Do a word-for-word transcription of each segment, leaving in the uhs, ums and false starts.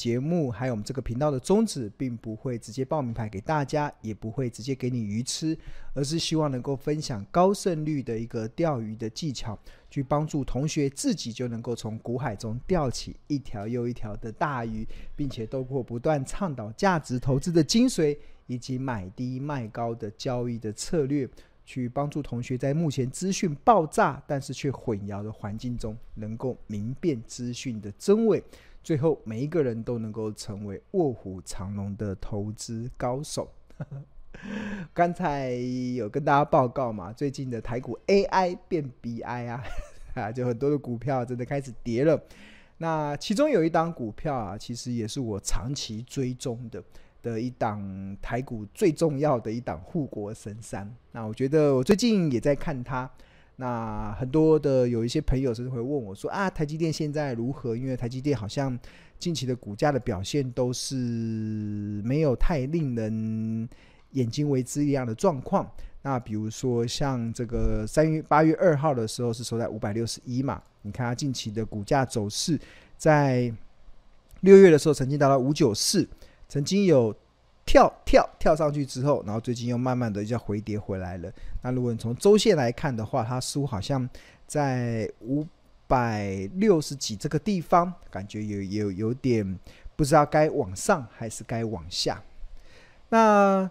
节目还有我们这个频道的宗旨，并不会直接报名牌给大家，也不会直接给你鱼吃，而是希望能够分享高胜率的一个钓鱼的技巧，去帮助同学自己就能够从股海中钓起一条又一条的大鱼，并且透过不断倡导价值投资的精髓，以及买低卖高的交易的策略，去帮助同学在目前资讯爆炸但是却混淆的环境中，能够明辨资讯的真伪，最后每一个人都能够成为卧虎藏龙的投资高手。刚才有跟大家报告嘛，最近的台股 A I 变 B I 啊啊，就很多的股票真的开始跌了。那其中有一档股票啊，其实也是我长期追踪的的一档台股最重要的一档护国神山。那我觉得我最近也在看它，那很多的有一些朋友甚至会问我说啊，台积电现在如何？因为台积电好像近期的股价的表现都是没有太令人眼睛为之一样的状况。那比如说像这个三月八月二号的时候是收在五百六十一嘛，你看它近期的股价走势，在六月的时候曾经达到五百九十四，曾经有跳跳跳上去之后，然后最近又慢慢的要回跌回来了。那如果你从周线来看的话，它似乎好像在五百六十几这个地方，感觉有有有点不知道该往上还是该往下。那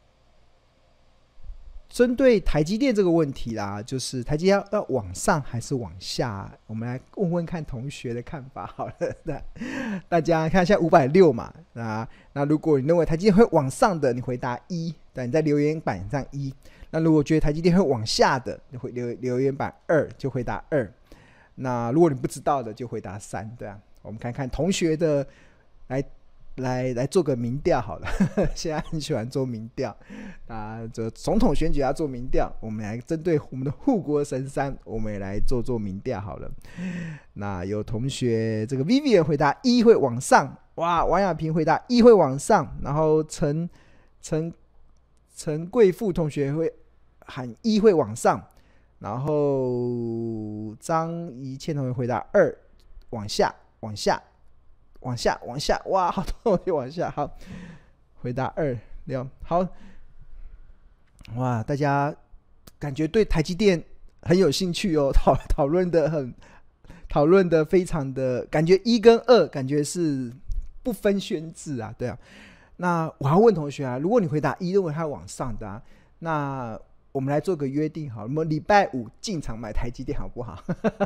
针对台积电这个问题啦，就是台积电要往上还是往下，我们来问问看同学的看法好了。大家看现在五百六嘛，那那如果你认为台积电会往上的，你回答一，但你在留言板上一。那如果觉得台积电会往下的，你会 留, 留言板二就回答二。那如果你不知道的就回答三，对啊。我们看看同学的来来来做个民调好了，现在很喜欢做民调啊，这总统选举要做民调，我们来针对我们的护国神山，我们也来做做民调好了。那有同学这个 Vivian 回答一会往上，哇，王亚平回答一会往上，然后陈陈陈贵妇同学会喊一会往上，然后张怡倩同学回答二往下往下往下往下，哇，好多同学往下，好，回答二六，好，哇，大家感觉对台积电很有兴趣哦，讨讨论的很，讨论的非常的，感觉一跟二感觉是不分轩轾啊，对啊。那我要问同学啊，如果你回答一认为它往上的啊，那我们来做个约定好了，我们礼拜五进场买台积电好不好？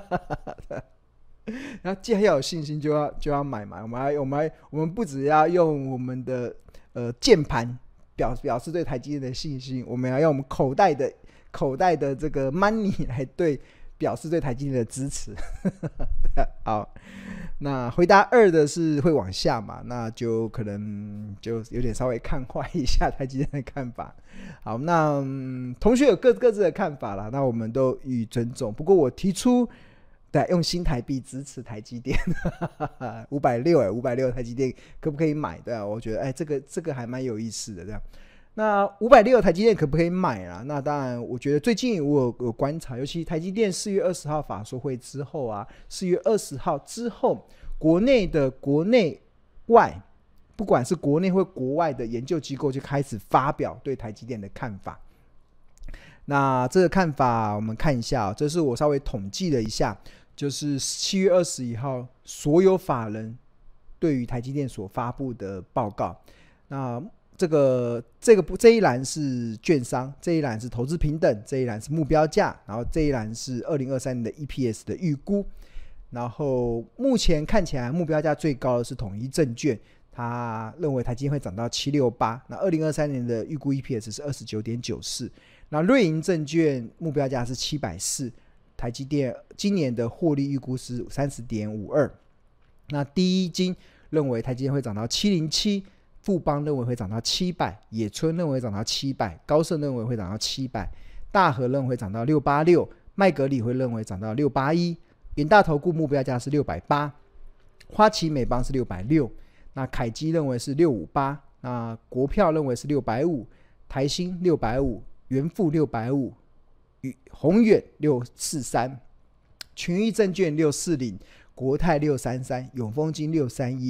然后既然要有信心就要就要买嘛，我们还我们还我们不只要用我们的呃键盘表表示对台积电的信心，我们要用我们口袋的口袋的这个 money 来对表示对台积电的支持。好，那回答二的是会往下嘛，那就可能就有点稍微看坏一下台积电的看法。好，那、嗯、同学有各各自的看法啦，那我们都予以尊重。不过我提出对，用新台币支持台积电，五百六哎，五百六台积电可不可以买？对啊，我觉得哎，这个这个还蛮有意思的，这样。那五百六台积电可不可以买啊？那当然，我觉得最近我 有, 有观察，尤其台积电四月二十号法说会之后啊，四月二十号之后，国内的国内外，不管是国内或国外的研究机构就开始发表对台积电的看法。那这个看法我们看一下、哦，这是我稍微统计了一下。就是七月二十一号所有法人对于台积电所发布的报告。那这个这个这一栏是券商，这一栏是投资平等，这一栏是目标价，然后这一栏是二零二三年的 E P S 的预估。然后目前看起来目标价最高的是统一证券，他认为台积电会涨到七百六十八，那二零二三年的预估 E P S 是 二十九点九四。那瑞银证券目标价是七百四十，台积电今年的获利预估是 三十点五二。 那第一金认为台积电会涨到七百零七，富邦认为会涨到七百，野村认为会涨到七百，高盛认为会涨到七百，大和认为会涨到六百八十六，麦格理会认为涨到六百八十一，元大投顾目标价是六百八十，花旗美邦是六百六，那凯基认为是六百五十八，那国票认为是六百五十，台新六百五十，元富六百五十，宏远六百四十三，群益证券六百四十，国泰六百三十三，永丰金六百三十一，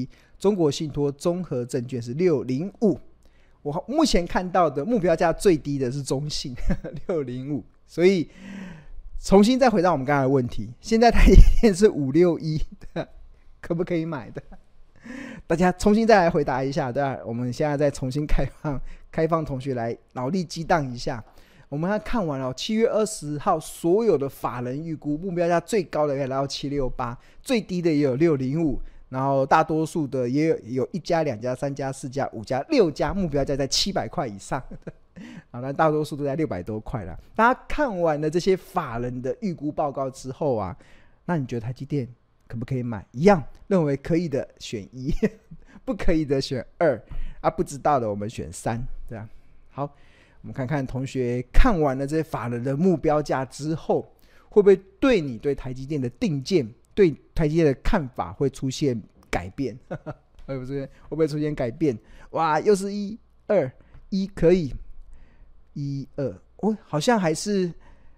中国信托综合证券是六零五，我目前看到的目标价最低的是中信六零五，所以重新再回到我们刚才的问题，现在台积电是五六一的，可不可以买的？大家重新再来回答一下，对吧？我们现在再重新开放开放同学来脑力激荡一下。我们看完了七月二十号所有的法人预估目标价，最高的可以来到七六八，最低的也有六零五，然后大多数的也 有, 有一家两家三家四家五家六家目标价在七百块以上好，那大多数都在六百多块了。大家看完了这些法人的预估报告之后啊，那你觉得台积电可不可以买？一样认为可以的选一不可以的选二啊，不知道的我们选三，这样。好，我们看看同学看完了这些法人的目标价之后，会不会对你对台积电的定见，对台积电的看法会出现改变会不会出现改变？哇，又是一二一，可以一二，哦，好像还是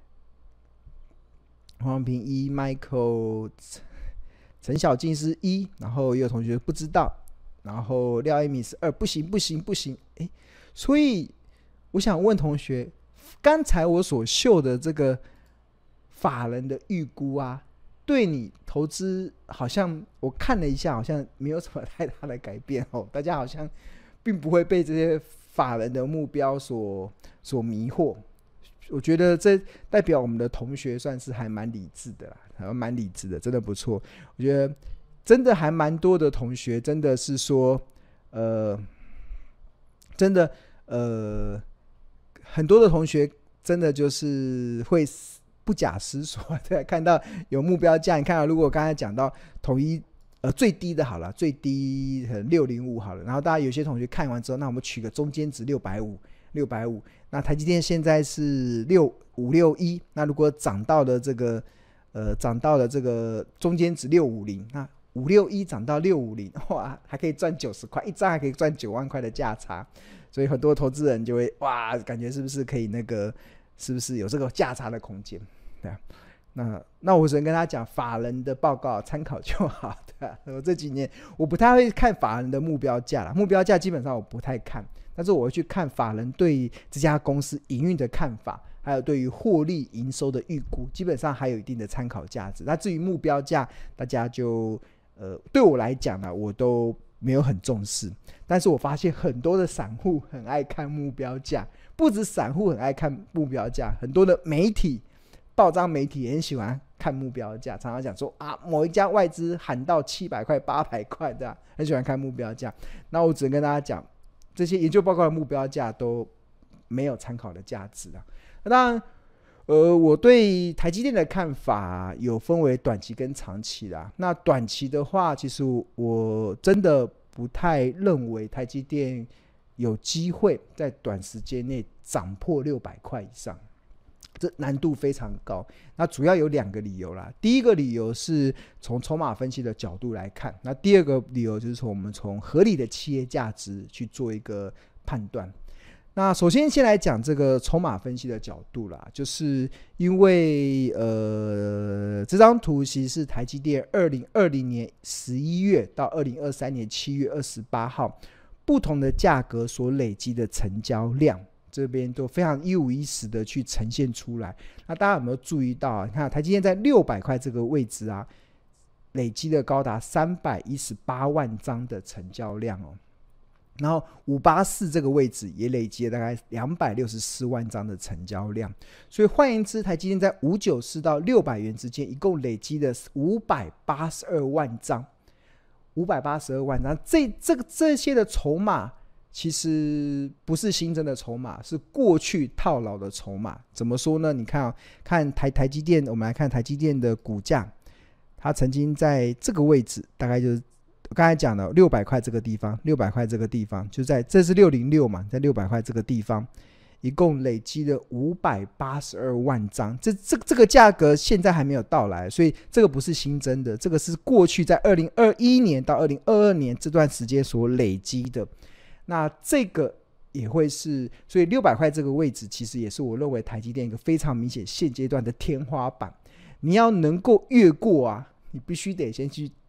黄平一 Michael 陈小静是一，然后也有同学不知道，然后廖艾米是二，不行不行不行，诶，所以我想问同学，刚才我所秀的这个法人的预估啊，对你投资好像我看了一下，好像没有什么太大的改变哦，大家好像并不会被这些法人的目标所所迷惑。我觉得这代表我们的同学算是还蛮理智的啦，还蛮理智的，真的不错。我觉得真的还蛮多的同学真的是说，呃，真的呃，很多的同学真的就是会不假思索，对，看到有目标价，你看到如果刚才讲到统一呃最低的好了，最低六零五好了，然后大家有些同学看完之后，那我们取个中间值六百五。六百五，那台积电现在是六五六一，那如果涨到了这个呃涨到了这个中间值六五零，那五六一涨到六五零，哇，还可以赚九十块，一张还可以赚九万块的价差，所以很多投资人就会哇，感觉是不是可以那个，是不是有这个价差的空间？对啊，那那我只能跟他讲，法人的报告参考就好，对啊，我这几年我不太会看法人的目标价啦，目标价基本上我不太看。但是我会去看法人对这家公司营运的看法，还有对于获利营收的预估，基本上还有一定的参考价值。那至于目标价，大家就呃对我来讲呢，我都没有很重视。但是我发现很多的散户很爱看目标价，不止散户很爱看目标价，很多的媒体、报章媒体也很喜欢看目标价，常常讲说啊，某一家外资喊到七百块、八百块的，很喜欢看目标价。那我只能跟大家讲，这些研究报告的目标价都没有参考的价值啊。当然，呃，我对台积电的看法有分为短期跟长期啦。那短期的话，其实我真的不太认为台积电有机会在短时间内涨破六百块以上，这难度非常高。那主要有两个理由啦。第一个理由是从筹码分析的角度来看，那第二个理由就是从我们从合理的企业价值去做一个判断。那首先先来讲这个筹码分析的角度啦，就是因为呃这张图其实是台积电二零二零年十一月到二零二三年七月二十八号不同的价格所累积的成交量，这边都非常一五一十的去呈现出来。那大家有没有注意到啊？你看台积电在六百块这个位置啊，累积了高达三百一十八万张的成交量哦。然后五百八十四这个位置也累积了大概两百六十四万张的成交量，所以换言之，台积电在五百九十到六百元之间一共累积了五百八十二万张，五百八十二万张，这这个这些的筹码其实不是新增的筹码，是过去套牢的筹码。怎么说呢？你看啊、哦，看台台积电，我们来看台积电的股价，它曾经在这个位置，大概就是我刚才讲的六百块这个地方，六百块这个地方，就在这是六零六嘛，在六百块这个地方，一共累积了五百八十二万张。这这这个价格现在还没有到来，所以这个不是新增的，这个是过去在二零二一年到二零二二年这段时间所累积的。那这个也会是，所以六百块这个位置其实也是我认为台积电一个非常明显现阶段的天花板。你要能够越过啊，你必须得先去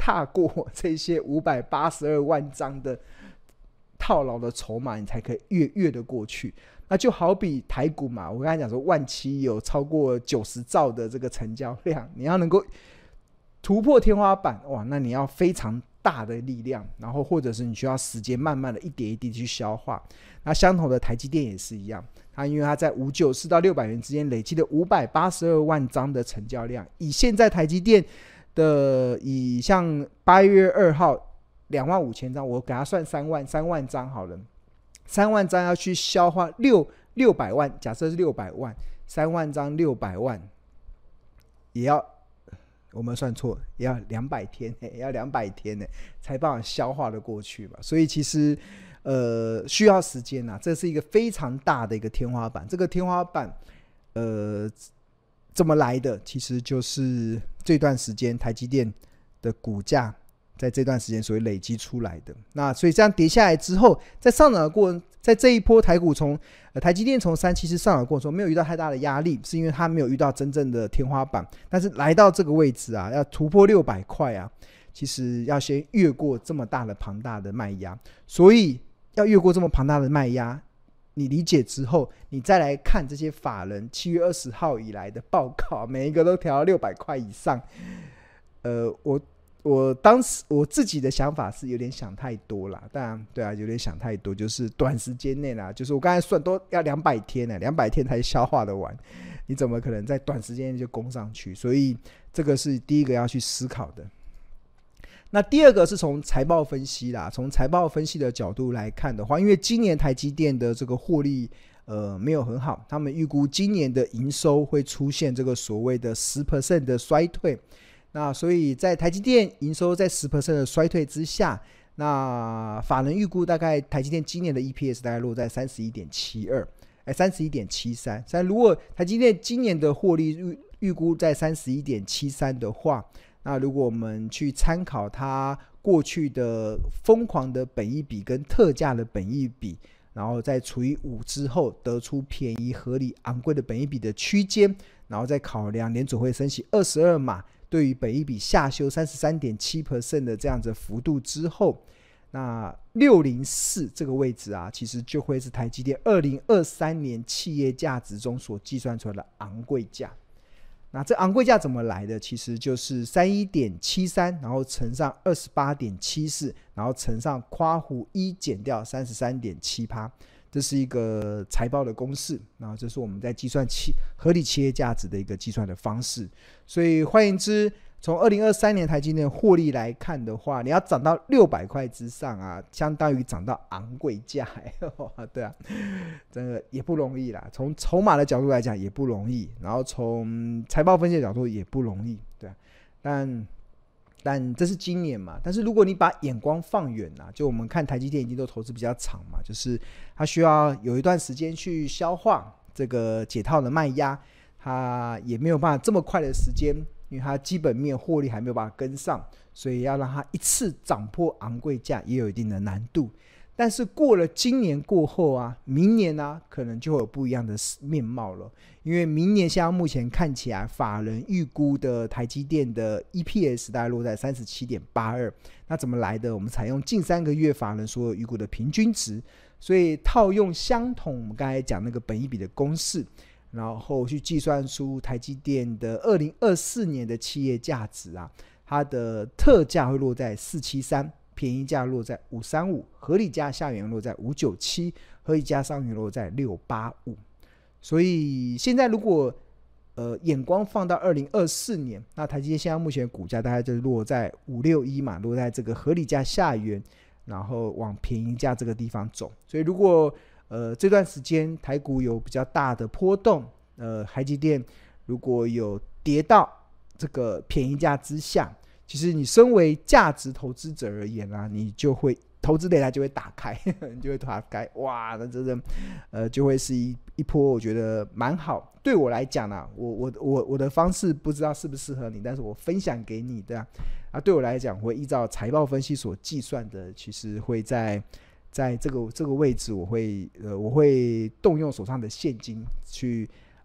踏过这些五百八十二万张的套牢的筹码，你才可以越越得过去。那就好比台股嘛，我刚才讲说万七有超过九十兆的这个成交量，你要能够突破天花板，哇，那你要非常大的力量，然后或者是你需要时间慢慢的一点一滴去消化。那相同的台积电也是一样，它因为它在五百九十到六百元之间累积了五百八十二万张的成交量，以现在台积电的以像八月二号两万五千张，我给它算三万三万张好了，三万张要去消化六六百万，假设是六百万，三万张六百万，也要我们算错，也要两百天，也要两百天才办法消化的过去吧。所以其实呃需要时间啊，这是一个非常大的一个天花板。这个天花板呃怎么来的？其实就是这段时间台积电的股价在这段时间所谓累积出来的。那所以这样跌下来之后，在上涨的过程，在这一波台股从、呃、台积电从三七四上涨的过程中没有遇到太大的压力，是因为它没有遇到真正的天花板。但是来到这个位置啊，要突破六百块啊，其实要先越过这么大的庞大的卖压。所以要越过这么庞大的卖压，你理解之后，你再来看这些法人七月二十号以来的报告，每一个都调到六百块以上。呃，我我当时我自己的想法是有点想太多啦，当然对啊，有点想太多，就是短时间内啦，就是我刚才算都要两百天呢，两百天才消化得完，你怎么可能在短时间内就攻上去？所以这个是第一个要去思考的。那第二个是从财报分析啦，从财报分析的角度来看的话，因为今年台积电的这个获利呃没有很好，他们预估今年的营收会出现这个所谓的 百分之十 的衰退。那所以在台积电营收在 百分之十 的衰退之下，那法人预估大概台积电今年的 E P S 大概落在 三十一点七二， 哎 三十一点七三。 如果台积电今年的获利 预, 预估在 三十一点七三 的话，那如果我们去参考它过去的疯狂的本益比跟特价的本益比，然后再除以五之后得出便宜合理昂贵的本益比的区间，然后再考量联准会升息二十二码对于本益比下修 百分之三十三点七 的这样子幅度之后，那六零四这个位置啊，其实就会是台积电二零二三年企业价值中所计算出来的昂贵价。那这昂贵价怎么来的？其实就是三十一点七三，然后乘上 二十八点七四，然后乘上括弧一减掉 百分之三十三点七， 这是一个财报的公式，然后这是我们在计算企合理企业价值的一个计算的方式。所以换言之，从二零二三年台积电获利来看的话，你要涨到六百块之上啊，相当于涨到昂贵价、欸、对啊，真的也不容易啦。从筹码的角度来讲也不容易，然后从财报分析的角度也不容易，对啊，但但这是今年嘛，但是如果你把眼光放远啦，就我们看台积电已经都投资比较长嘛，就是它需要有一段时间去消化这个解套的卖压，它也没有办法这么快的时间，因为它基本面获利还没有办法跟上，所以要让它一次涨破昂贵价也有一定的难度。但是过了今年过后啊，明年啊可能就会有不一样的面貌了。因为明年现在目前看起来，法人预估的台积电的 E P S 大概落在 三十七点八二， 那怎么来的？我们采用近三个月法人所有预估的平均值，所以套用相同我们刚才讲那个本益比的公式，然后去计算出台积电的二零二四年的企业价值啊，它的特价会落在四百七十三，便宜价落在五百三十五，合理价下缘落在五百九十七，合理价上缘落在六百八十五。所以现在如果呃眼光放到二零二四年，那台积电现在目前的股价大概就落在五百六十一嘛，落在这个合理价下缘，然后往便宜价这个地方走。所以如果呃这段时间台股有比较大的波动，呃台积电如果有跌到这个便宜价之下，其实你身为价值投资者而言啊，你就会投资雷达就会打开，你就会打开，哇，那真的呃就会是一一波，我觉得蛮好。对我来讲啊，我我我我的方式不知道适不适合你，但是我分享给你的啊，啊对我来讲，我会依照财报分析所计算的，其实会在在这个这个位置，我会呃我会动用手上的现金去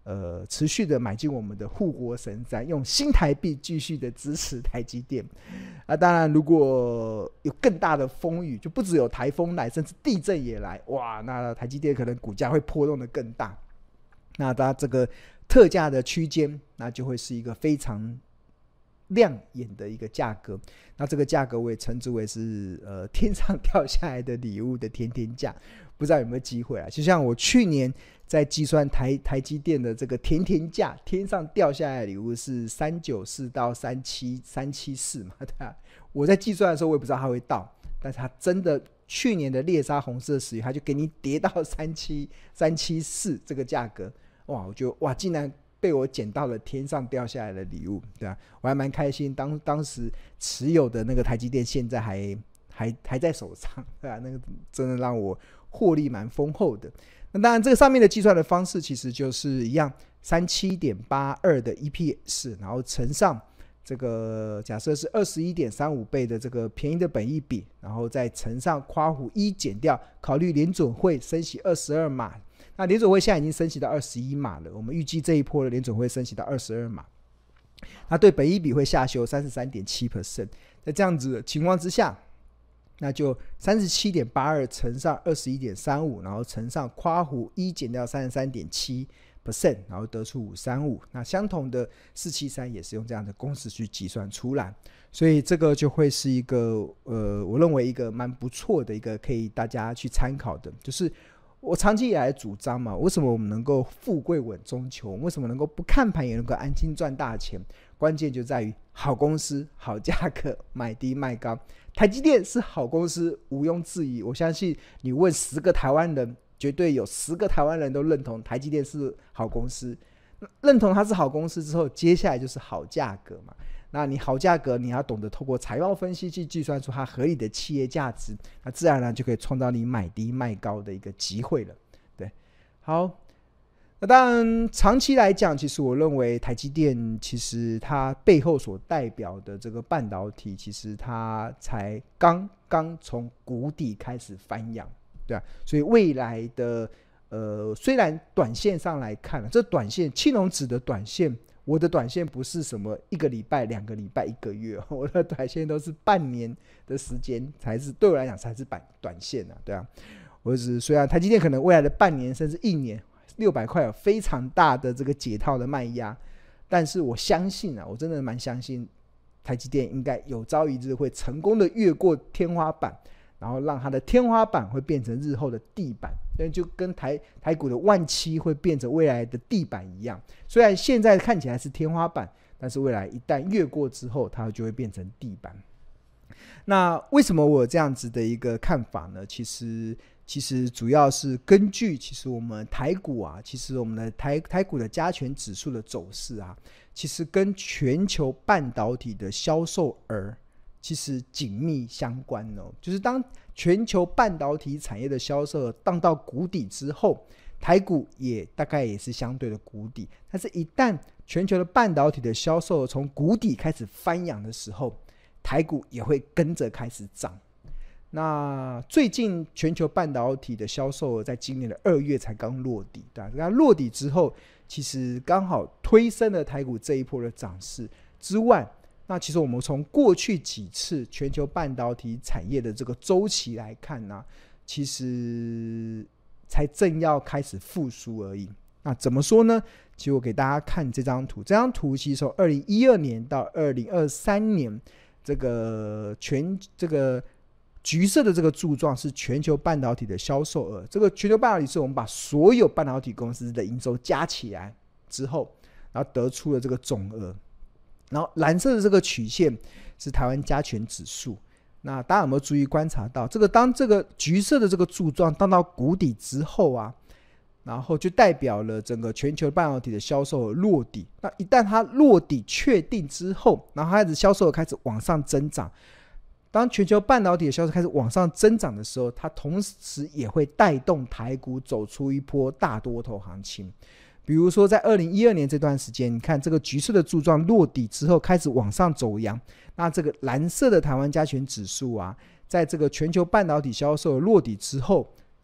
呃持续的买进我们的护国神山，用新台币继续的支持台积电。啊，当然如果有更大的风雨，就不只有台风来，甚至地震也来，哇，那台积电可能股价会波动的更大。那它这个特价的区间，那就会是一个非常亮眼的一个价格。那这个价格我也称之为是呃天上掉下来的礼物的甜甜价，不知道有没有机会啊？就像我去年在计算台台积电的这个甜甜价，天上掉下来的礼物是三九四到三七三七四嘛，对吧？我在计算的时候我也不知道它会到，但是它真的去年的猎杀红色石油，它就给你跌到三七三七四这个价格，哇，我就哇竟然被我捡到了天上掉下来的礼物，对吧？我还蛮开心，当当时持有的那个台积电现在还还还在手上，对吧？那个真的让我获利蛮丰厚的。那当然，这个上面的计算的方式其实就是一样，三七点八二的 E P S， 然后乘上这个假设是二十一点三五倍的这个便宜的本益比，然后再乘上括弧一减掉考虑联准会升息二十二码。那联准会现在已经升息到二十一码了，我们预计这一波的联准会升息到二十二码，那对本益比会下修 百分之三十三点七。 在这样子的情况之下，那就 三十七点八二 乘上 二十一点三五， 然后乘上括弧一减掉 三十三点七， 然后得出五百三十五。那相同的四七三也是用这样的公式去计算出来，所以这个就会是一个呃，我认为一个蛮不错的一个可以大家去参考的，就是我长期以来主张嘛，为什么我们能够富贵稳中求，为什么能够不看盘也能够安心赚大钱，关键就在于好公司好价格，买低卖高。台积电是好公司毋庸置疑，我相信你问十个台湾人，绝对有十个台湾人都认同台积电是好公司。认同它是好公司之后，接下来就是好价格嘛。那你好价格，你要懂得透过财报分析去计算出它合理的企业价值，那自然而然就可以创造你买低卖高的一个机会了。对，好，那当然长期来讲，其实我认为台积电其实它背后所代表的这个半导体，其实它才刚刚从谷底开始翻扬，对啊，所以未来的呃，虽然短线上来看，这短线庆隆指的短线。我的短线不是什么一个礼拜、两个礼拜、一个月，我的短线都是半年的时间，才是对我来讲才是短线啊，对啊。我只是虽然台积电可能未来的半年甚至一年六百块有非常大的这个解套的卖压，但是我相信啊，我真的蛮相信台积电应该有朝一日会成功的越过天花板，然后让它的天花板会变成日后的地板，就跟 台, 台股的万七会变成未来的地板一样。虽然现在看起来是天花板，但是未来一旦越过之后，它就会变成地板。那为什么我有这样子的一个看法呢？其实其实主要是根据其实我们台股啊，其实我们的 台, 台股的加权指数的走势啊，其实跟全球半导体的销售额其实紧密相关哦。就是当全球半导体产业的销售额荡到谷底之后，台股也大概也是相对的谷底。但是一旦全球的半导体的销售额从谷底开始翻扬的时候，台股也会跟着开始涨。那最近全球半导体的销售额在今年的二月才刚落底，对吧？那落底之后，其实刚好推升了台股这一波的涨势之外，那其实我们从过去几次全球半导体产业的这个周期来看呢、啊，其实才正要开始复苏而已。那怎么说呢？其实我给大家看这张图，这张图其实从二零一二年到二零二三年，这个全这个橘色的这个柱状是全球半导体的销售额。这个全球半导体是我们把所有半导体公司的营收加起来之后，然后得出了这个总额。然后蓝色的这个曲线是台湾加权指数。那大家有没有注意观察到，这个当这个橘色的这个柱状荡到谷底之后啊，然后就代表了整个全球半导体的销售额落底。那一旦它落底确定之后，然后它的销售额开始往上增长。当全球半导体的销售开始往上增长的时候，它同时也会带动台股走出一波大多头行情。比如说在二零一二年这段时间，你看这个橘色的柱状落底之后开始往上走扬，那这个蓝色的台湾加权指数啊，在这个全球半导体销售落底之后，它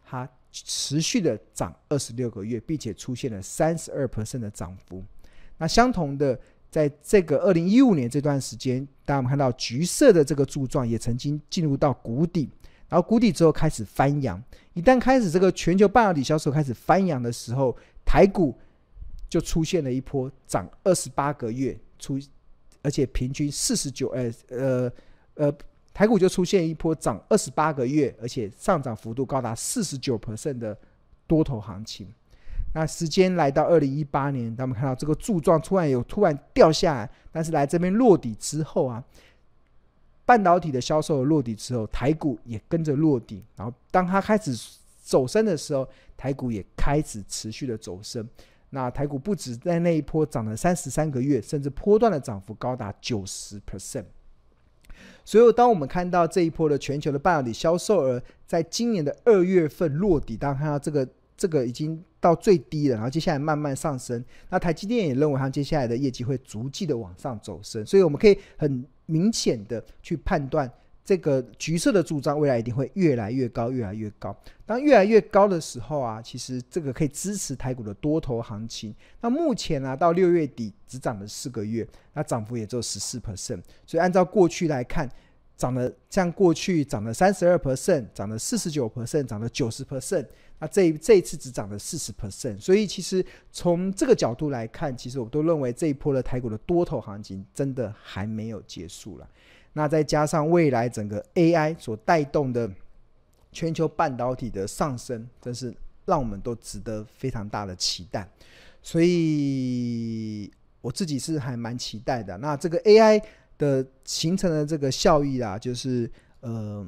持续的涨二十六个月，并且出现了 百分之三十二 的涨幅。那相同的，在这个二零一五年这段时间，大家我们看到橘色的这个柱状也曾经进入到谷底，然后谷底之后开始翻扬。一旦开始这个全球半导体销售开始翻扬的时候，台股就出现了一波涨二十八个月，出而且平均四十九呃呃呃，台股就出现一波涨二十八个月，而且上涨幅度高达 百分之四十九 的多头行情。那时间来到二零一八年，他们看到这个柱状突然有突然掉下来，但是来这边落底之后啊，半导体的销售落底之后，台股也跟着落底，然后当它开始走升的时候，台股也开始持续的走升。那台股不止在那一波涨了三十三个月，甚至波段的涨幅高达 百分之九十。所以当我们看到这一波的全球的半导体销售额在今年的二月份落底，当看到这个这个已经到最低了，然后接下来慢慢上升，那台积电也认为它接下来的业绩会逐季的往上走升，所以我们可以很明显的去判断这个橘色的柱状未来一定会越来越高越来越高。当越来越高的时候啊，其实这个可以支持台股的多头行情。那目前啊到六月底只涨了四个月，那涨幅也只有 百分之十四， 所以按照过去来看，涨了像过去涨了 百分之三十二， 涨了 百分之四十九， 涨了 百分之九十， 那 这, 这一次只涨了 百分之四十， 所以其实从这个角度来看，其实我都认为这一波的台股的多头行情真的还没有结束了。那再加上未来整个 A I 所带动的全球半导体的上升，真是让我们都值得非常大的期待，所以我自己是还蛮期待的。那这个 A I 的形成的这个效益啦，就是呃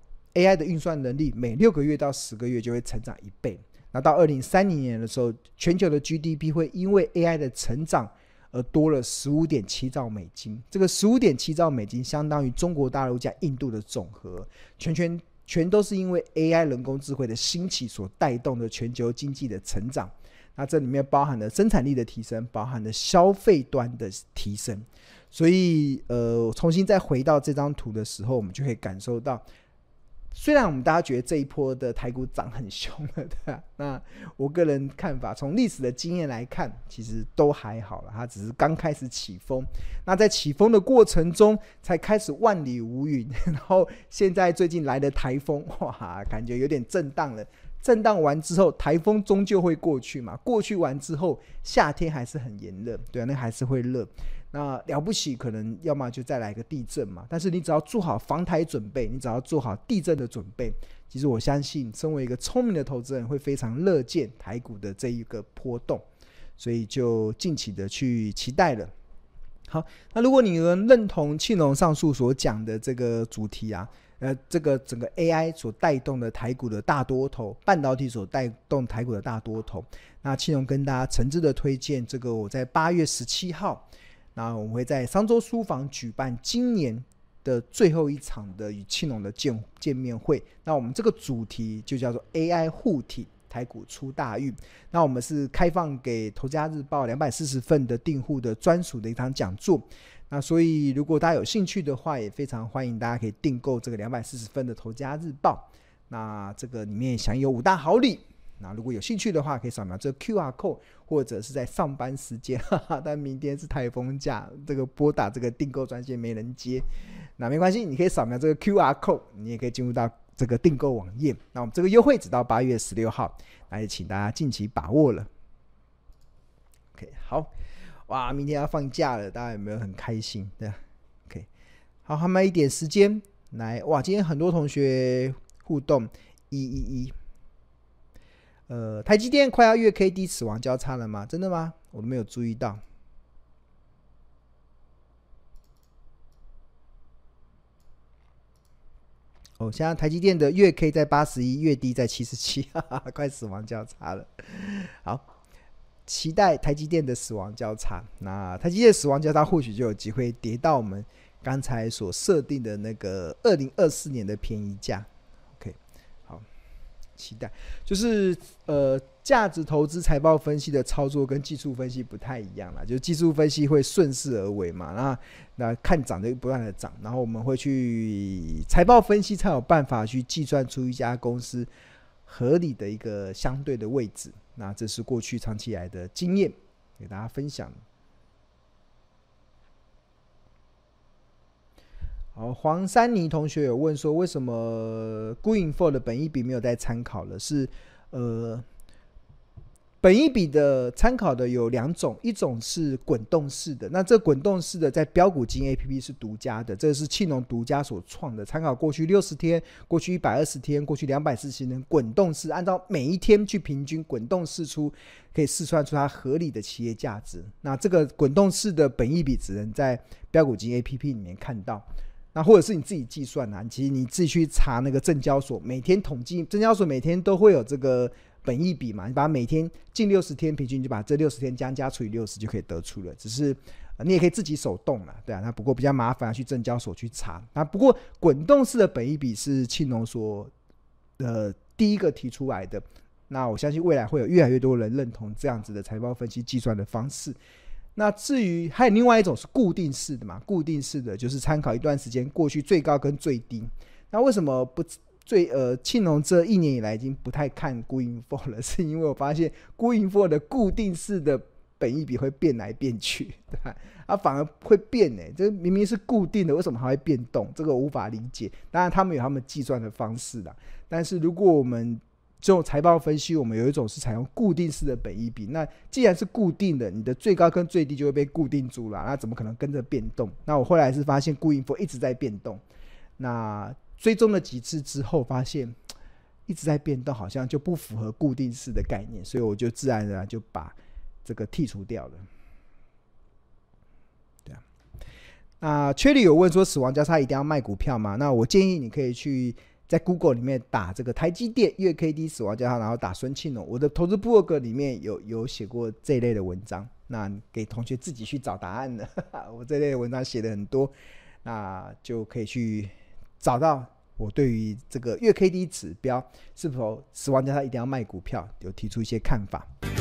A I 的运算能力每六个月到十个月就会成长一倍。那到二零三零年的时候，全球的 G D P 会因为 A I 的成长而多了 十五点七兆美金，这个 十五点七兆美金相当于中国大陆加印度的总和，全全全都是因为 A I 人工智慧的兴起所带动的全球经济的成长。那这里面包含了生产力的提升，包含了消费端的提升。所以呃，重新再回到这张图的时候，我们就可以感受到，虽然我们大家觉得这一波的台股涨很凶了，对吧？那我个人看法，从历史的经验来看，其实都还好了，它只是刚开始起风。那在起风的过程中，才开始万里无云，然后现在最近来的台风，哇，感觉有点震荡了。震荡完之后，台风终究会过去嘛？过去完之后，夏天还是很炎热，对啊，那还是会热。那了不起，可能要么就再来个地震嘛。但是你只要做好防台准备，你只要做好地震的准备，其实我相信，身为一个聪明的投资人，会非常乐见台股的这一个波动，所以就敬请的去期待了。好，那如果你能认同庆隆上述所讲的这个主题啊，呃，这个整个 A I 所带动的台股的大多头，半导体所带动台股的大多头，那庆隆跟大家诚挚的推荐，这个我在八月十七号。那我们会在商周书房举办今年的最后一场的与庆隆的 见, 见面会。那我们这个主题就叫做 A I 护体，台股出大运。那我们是开放给投家日报两百四十份的订户的专属的一场讲座。那所以如果大家有兴趣的话，也非常欢迎大家可以订购这个两百四十份的投家日报。那这个里面享有五大好礼。那如果有兴趣的话，可以扫描这个 Q R code， 或者是在上班时间，哈哈，但明天是台风假，这个拨打这个订购专线没人接，那没关系，你可以扫描这个 Q R code， 你也可以进入到这个订购网页。那我们这个优惠直到八月十六号，那也请大家尽情把握了。OK， 好，哇，明天要放假了，大家有没有很开心？对 ，OK， 好，还没一点时间来，哇，今天很多同学互动，一一一。呃，台积电快要月 K D 死亡交叉了吗？真的吗？我都没有注意到。哦，现在台积电的月 K 在八十一，月低在七十七，哈哈，快死亡交叉了。好，期待台积电的死亡交叉。那台积电死亡交叉或许就有机会跌到我们刚才所设定的那个二零二四年的便宜价。期待就是呃，价值投资财报分析的操作跟技术分析不太一样啦，就是技术分析会顺势而为嘛，那那看涨就不断的涨，然后我们会去财报分析才有办法去计算出一家公司合理的一个相对的位置。那这是过去长期以来的经验，给大家分享。好，黄珊妮同学有问说，为什么 Good-Info 的本益比没有在参考了？是呃，本益比的参考的有两种，一种是滚动式的，那这滚动式的在标股金 A P P 是独家的，这是庆农独家所创的，参考过去六十天、过去一百二十天、过去两百四十天滚动式，按照每一天去平均滚动试出，可以试算出它合理的企业价值。那这个滚动式的本益比只能在标股金 A P P 里面看到。那或者是你自己计算啊，其实你自己去查那个证交所，每天统计，证交所每天都会有这个本益比嘛，你把它每天近六十天平均，你就把这六十天将加除以六十就可以得出了。只是、呃、你也可以自己手动啦，对啊，那不过比较麻烦，去证交所去查。那不过滚动式的本益比是庆农所呃第一个提出来的，那我相信未来会有越来越多人认同这样子的财报分析计算的方式。那至于还有另外一种是固定式的嘛，固定式的就是参考一段时间过去最高跟最低。那为什么不最呃庆农这一年以来已经不太看 Good-Info 了，是因为我发现 Good-Info 的固定式的本益比会变来变去，对吧？它反而会变呢、欸，这明明是固定的，为什么还会变动？这个我无法理解。当然他们有他们计算的方式啦，但是如果我们这种财报分析，我们有一种是采用固定式的本益比，那既然是固定的，你的最高跟最低就会被固定住了，那怎么可能跟着变动？那我后来是发现 Good-Info 一直在变动，那追踪了几次之后发现一直在变动，好像就不符合固定式的概念，所以我就自然而然就把这个剔除掉了。对啊，那缺里有问说死亡交叉一定要卖股票吗？那我建议你可以去在 Google 里面打这个台积电月 K D 死亡交叉，然后打孙庆农，我的投资部落格里面有有写过这一类的文章，那给同学自己去找答案了。我这类的文章写的很多，那就可以去找到我对于这个月 K D 指标是否死亡交叉一定要卖股票有提出一些看法。